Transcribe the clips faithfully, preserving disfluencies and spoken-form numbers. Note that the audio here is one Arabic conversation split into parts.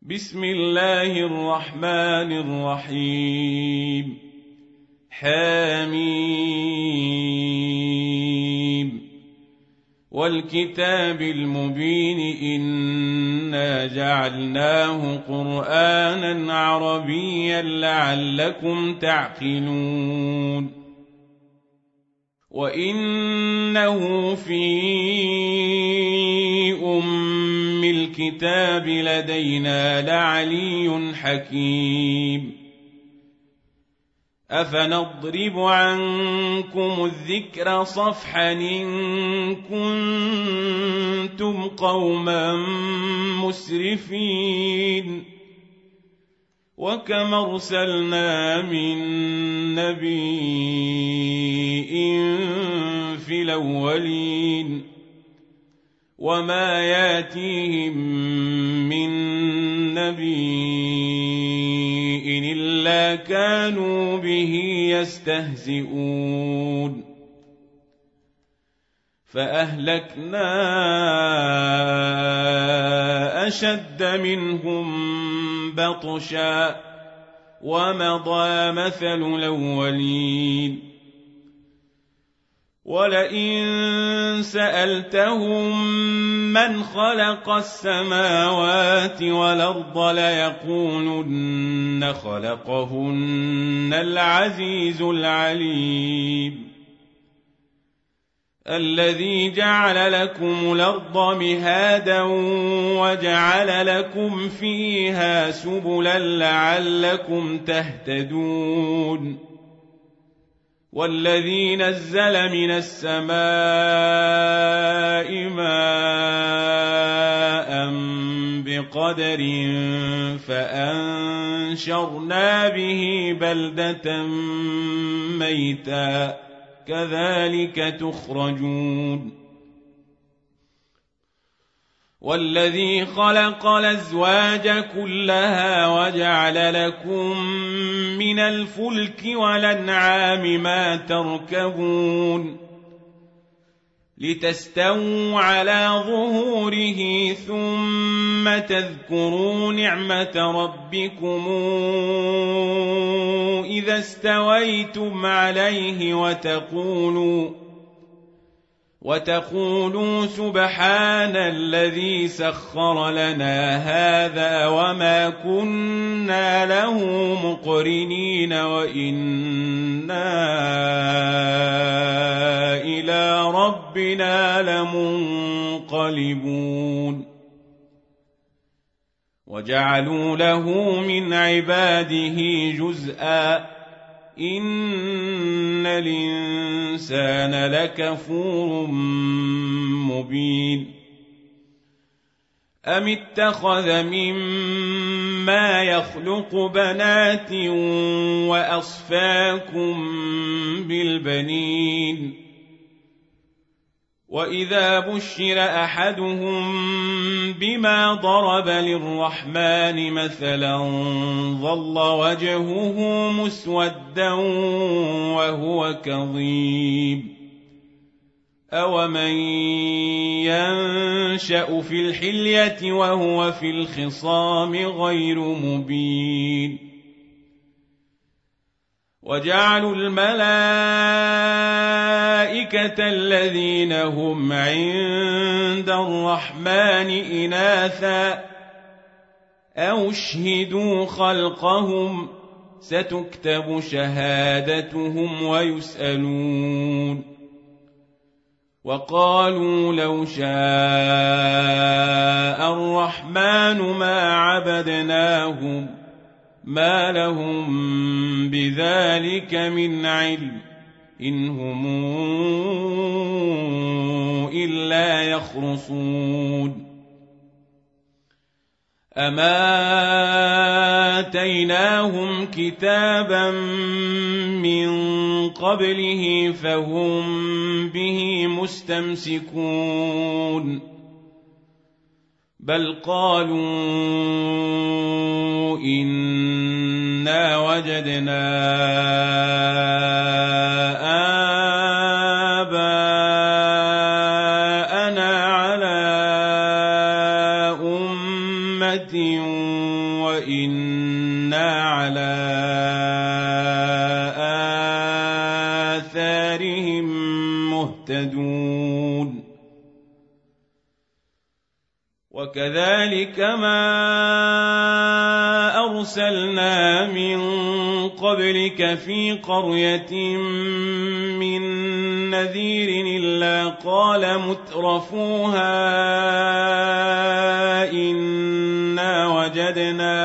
بسم الله الرحمن الرحيم. حميم. والكتاب المبين إنا جعلناه قرآنا عربيا لعلكم تعقلون. وإنه في أم الكتاب لدينا لعلي حكيم. أفنضرب عنكم الذكر صفحا إن كنتم قوما مسرفين. وكم أرسلنا من نبي في الأولين وما ياتيهم من نبي إلا كانوا به يستهزئون. فأهلكنا أشد منهم بطشا ومضى مثل الأولين. ولئن سألتهم من خلق السماوات والأرض ليقولن خلقهن العزيز العليم. الذي جعل لكم الأرض مهادا وجعل لكم فيها سبلا لعلكم تهتدون. والذي نزل من السماء ماء بقدر فأنشرنا به بلدة ميتا كذلك تخرجون. والذي خلق الأزواج كلها وجعل لكم من الفلك والأنعام ما تركبون لتستووا على ظهوره ثم تذكروا نعمة ربكم إذا استويتم عليه وتقولوا وتقولوا سبحان الذي سخر لنا هذا وما كنا له مقرنين وإنا إلى ربنا لمنقلبون. وجعلوا له من عباده جزءا إن الإنسان لكفور مبين. أم اتخذ مما يخلق بنات وأصفاكم بالبنين. وإذا بشر أحدهم بما ضرب للرحمن مثلا ظل وجهه مسودا وهو كظيم. أومن ينشأ في الحلية وهو في الخصام غير مبين. وجعلوا الملائكة الذين هم عند الرحمن إناثا أو اشهدوا خلقهم ستكتب شهادتهم ويسألون. وقالوا لو شاء الرحمن ما عبدناهم ما لهم بذلك من علم إن هم إلا يخرصون. أما آتيناهم كتابا من قبله فهم به مستمسكون. بل قالوا إنا وجدنا آباءنا على أمة وإنا على آثارهم مهتدون وكذلك ما أرسلنا من قبلك في قرية من نذير إلا قال مترفوها إنا وجدنا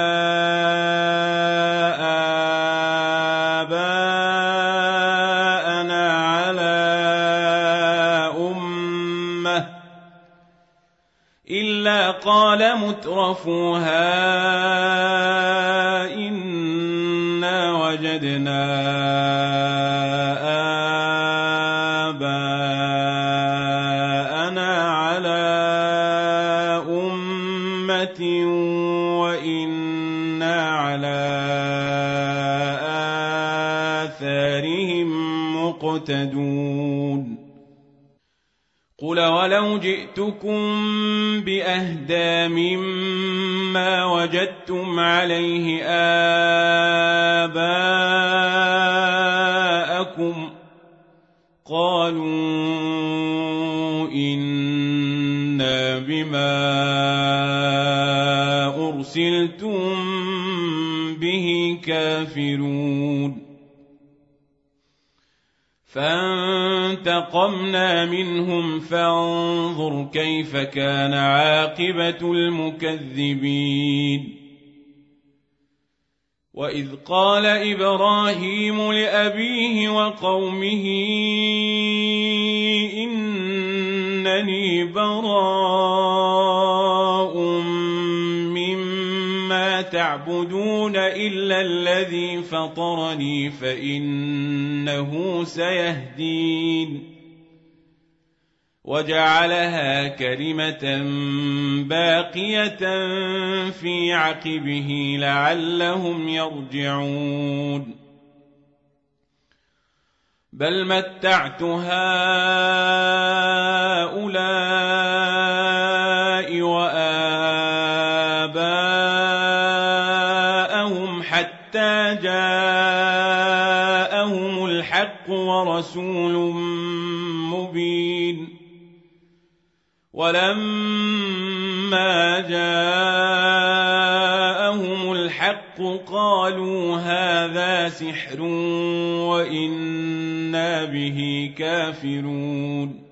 آباءنا على أمة إلا قال مترفوها إنا وجدنا آباءنا على أمة وإنا على آثارهم مقتدون قل ولو جئتكم بأهدى مما وجدتم عليه آباءكم قالوا إنا بما أرسلتم به كافرون فانتقمنا منهم فانظر كيف كان عاقبة المكذبين وإذ قال إبراهيم لأبيه وقومه إنني براء مما تعبدون إلا الذي فطرني فإنه سيهدين وجعلها كلمة باقية في عقبه لعلهم يرجعون بل متعت هؤلاء وآباءهم حتى جاءهم الحق ورسول مبين ولما جاءهم الحق قالوا هذا سحر وإنا به كافرون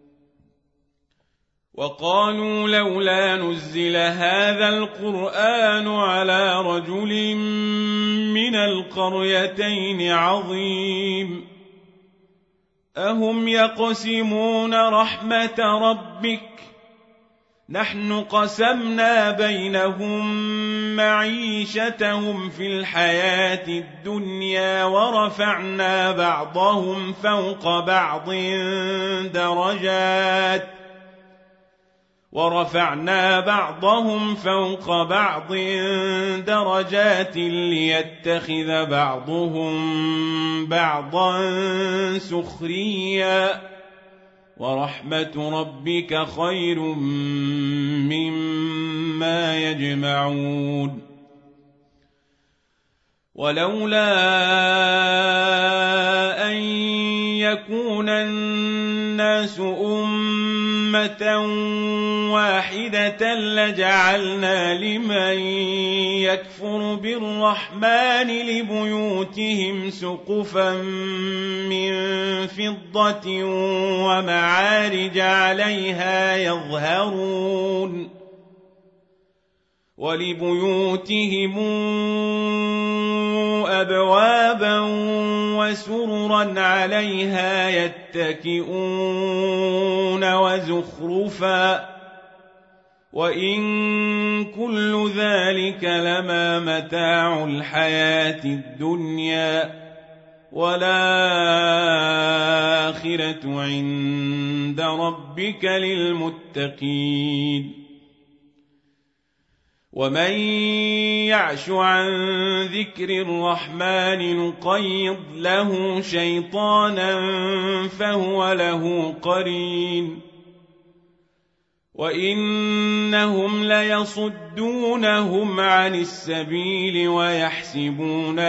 وقالوا لولا نزل هذا القرآن على رجل من القريتين عظيم أهم يقسمون رحمة ربك نحن قسمنا بينهم معيشتهم في الحياة الدنيا ورفعنا بعضهم فوق بعض درجات ورفعنا بعضهم فوق بعض درجات ليتخذ بعضهم بعضا سخريا ورحمة ربك خير مما يجمعون ولولا أن يكون الناس أمة واحدة لجعلنا لمن يكفر بالرحمن لبيوتهم سقفا من فضة ومعارج عليها يظهرون ولبيوتهم أبوابا وسررا عليها يتكئون وزخرفا وإن كل ذلك لما متاع الحياة الدنيا والآخرة عند ربك للمتقين ومن يعش عن ذكر الرحمن نقيض له شيطانا فهو له قرين وإنهم ليصدونهم عن السبيل ويحسبون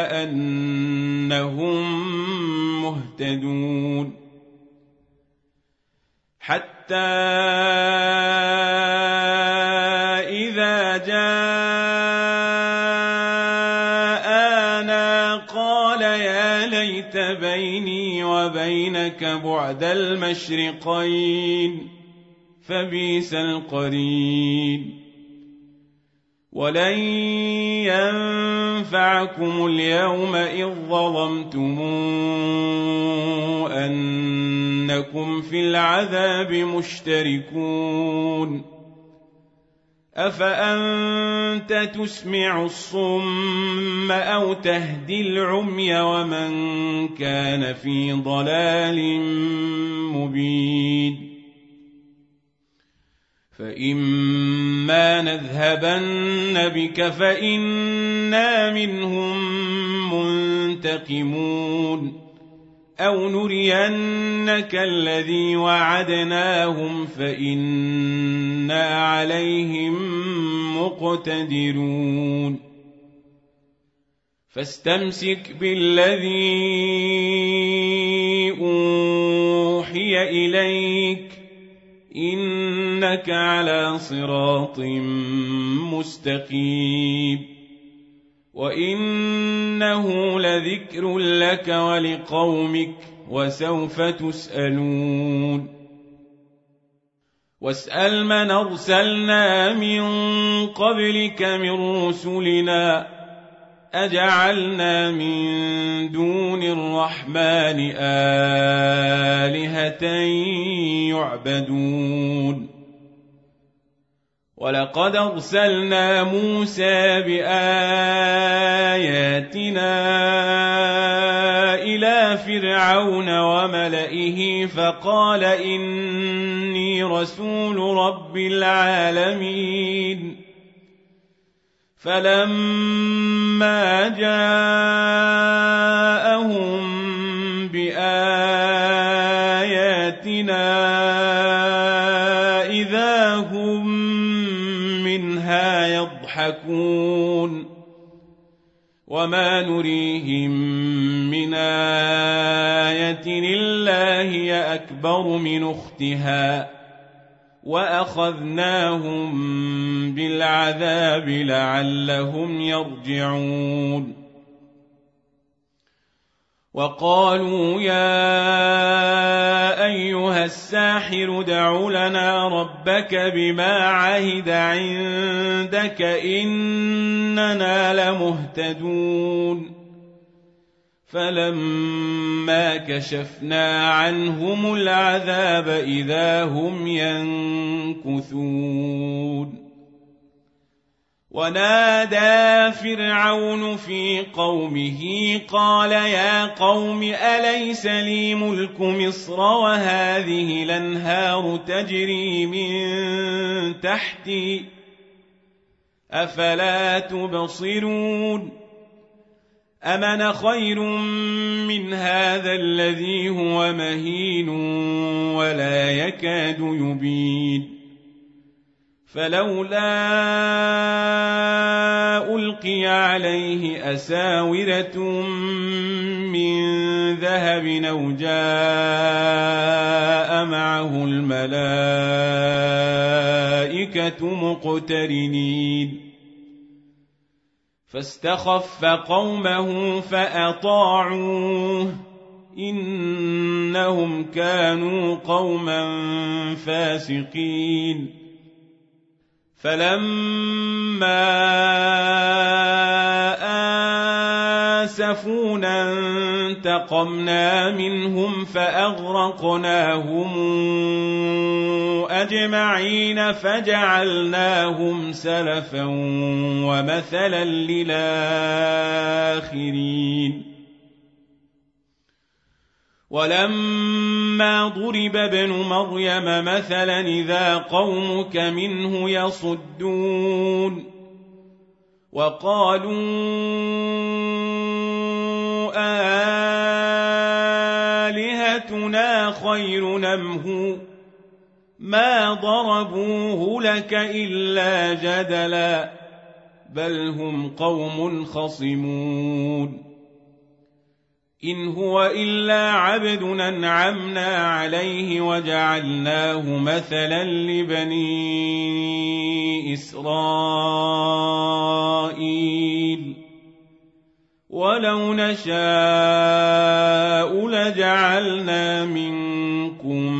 أنهم مهتدون حتى إذا جاءنا قال يا ليت بيني وبينك بعد المشرقين فبئس القرين ولن ينفعكم اليوم إذ ظلمتم أنكم في العذاب مشتركون أفأنت تسمع الصم أو تهدي العمي ومن كان في ضلال مبين فإما نذهبن بك فإنا منهم منتقمون أو نرينك الذي وعدناهم فإنا عليهم مقتدرون فاستمسك بالذي أوحي إليك إنك على صراط مستقيم وإنه لذكر لك ولقومك وسوف تسألون واسأل من أرسلنا من قبلك من رسلنا أجعلنا من دون الرحمن آلهة يعبدون ولقد أرسلنا موسى بآياتنا إلى فرعون وملئه فقال إني رسول رب العالمين فلما جاءهم بآياتنا إذا هم منها يضحكون وما نريهم من آية إلا هي أكبر من أختها وأخذناهم بالعذاب لعلهم يرجعون وقالوا يا أيها الساحر ادع لنا ربك بما عهد عندك إننا لمهتدون فلما كشفنا عنهم العذاب إذا هم ينكثون ونادى فرعون في قومه قال يا قوم أليس لي ملك مصر وهذه الأنهار تجري من تحتي أفلا تبصرون أمن خير من هذا الذي هو مهين ولا يكاد يبين فلولا ألقي عليه أساورة من ذهب أو جاء معه الملائكة مقترنين فاستخف قومه فأطاعوه إنهم كانوا قوما فاسقين فلما آسفونا انتقمنا منهم فأغرقناهم أجمعين فجعلناهم سلفا ومثلا للآخرين ولما ضرب ابن مريم مثلا إذا قومك منه يصدون وقالوا آلهتنا خير أم هو ما ضربوه لك إلا جدلا بل هم قوم خصمون إن هو إلا عبد أنعمنا عليه وجعلناه مثلا لبني إسرائيل ولو نشاء لجعلنا منكم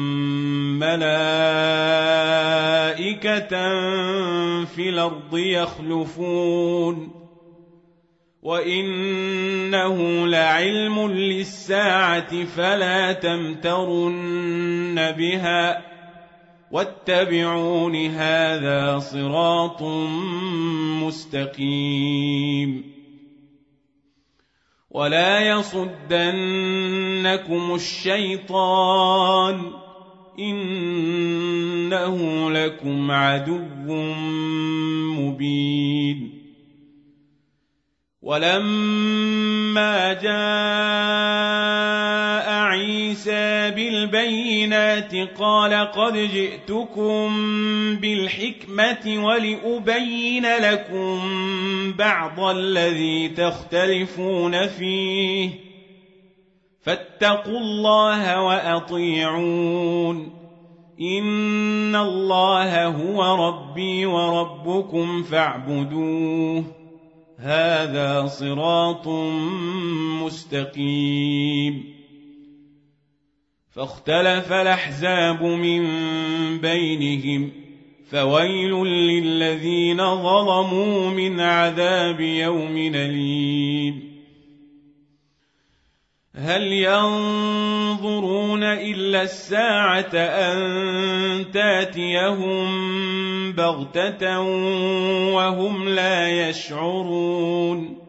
ملائكة في الأرض يخلفون وإنه لعلم للساعة فلا تمترن بها واتبعون هذا صراط مستقيم ولا يصدنكم الشيطان إنه لكم عدو مبين ولما جاء عيسى بالبينات قال قد جئتكم بالحكمة ولأبين لكم بعض الذي تختلفون فيه فاتقوا الله وأطيعون إن الله هو ربي وربكم فاعبدوه هذا صراط مستقيم فاختلف الأحزاب من بينهم فويل للذين ظلموا من عذاب يوم أليم هل ينظرون إلا الساعة أن تاتيهم بغتة وهم لا يشعرون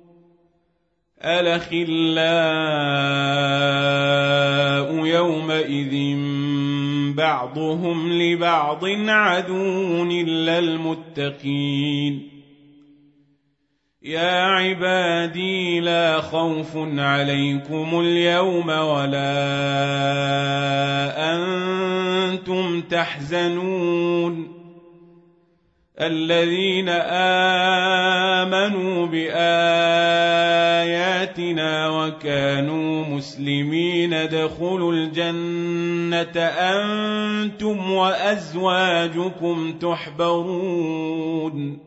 الأخلاء يومئذ بعضهم لبعض عدو إلا المتقين يا عبادي لا خوف عليكم اليوم ولا أنتم تحزنون الذين آمنوا بآياتنا وكانوا مسلمين ادخلوا الجنة أنتم وأزواجكم تحبرون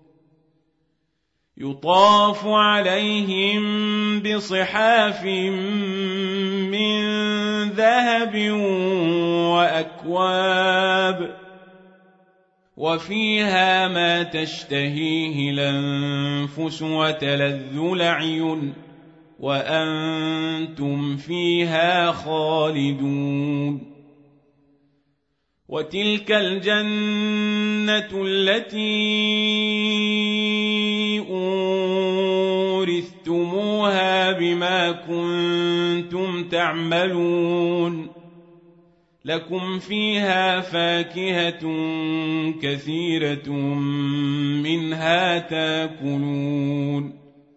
يطاف عليهم بصحاف من ذهب وأكواب وفيها ما تشتهيه الأنفس وتلذ الأعين وأنتم فيها خالدون وتلك الجنة التي أورثتموها بما كنتم تعملون لكم فيها فاكهة كثيرة منها تاكلون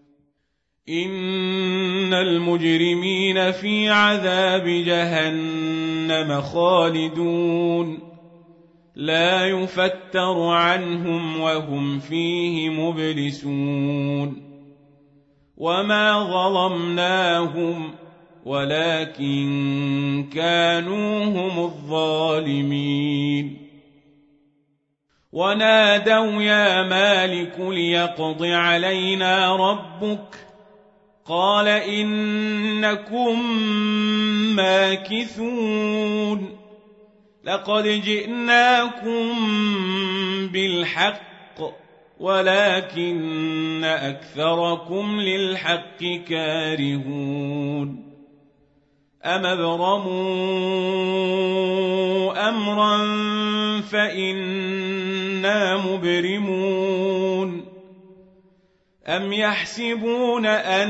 إن المجرمين في عذاب جهنم خالدون لا يفتر عنهم وهم فيه مبلسون وما ظلمناهم ولكن كانوا هم الظالمين ونادوا يا مالك ليقض علينا ربك قال إنكم ماكثون لقد جئناكم بالحق ولكن أكثركم للحق كارهون أم ابرموا أمرا فإنا مبرمون أم يحسبون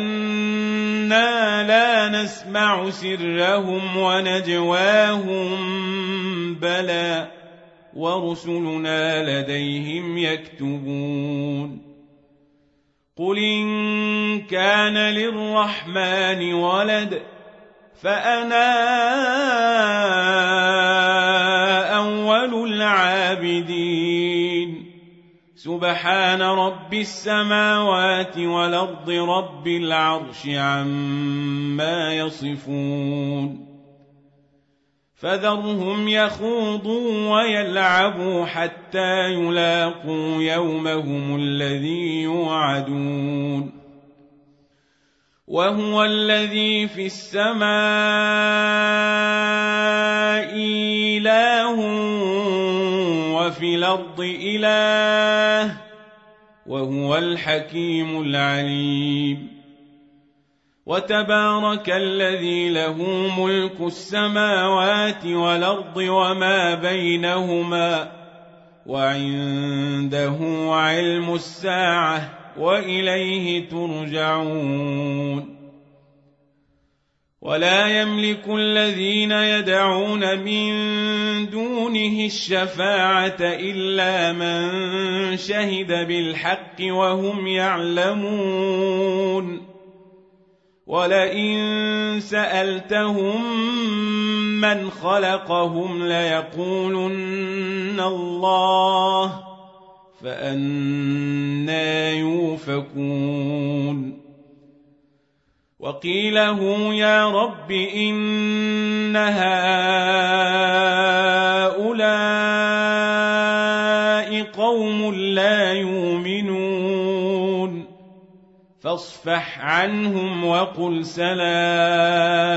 أنا لا نسمع سرهم ونجواهم بلى ورسلنا لديهم يكتبون قل إن كان للرحمن ولد فأنا أول أول العابدين سبحان رب السماوات والأرض رب العرش عما يصفون فذرهم يخوضوا ويلعبوا حتى يلاقوا يومهم الذي يوعدون وهو الذي في السماء إله وفي الأرض إله وهو الحكيم العليم وتبارك الذي له ملك السماوات والأرض وما بينهما وعنده علم الساعة وإليه ترجعون ولا يملك الذين يدعون من دونه الشفاعة إلا من شهد بالحق وهم يعلمون ولئن سألتهم من خلقهم ليقولن الله فأنى يؤفكون وقيله يا رب إن هؤلاء قوم لا يؤمنون فاصفح عنهم وقل سلام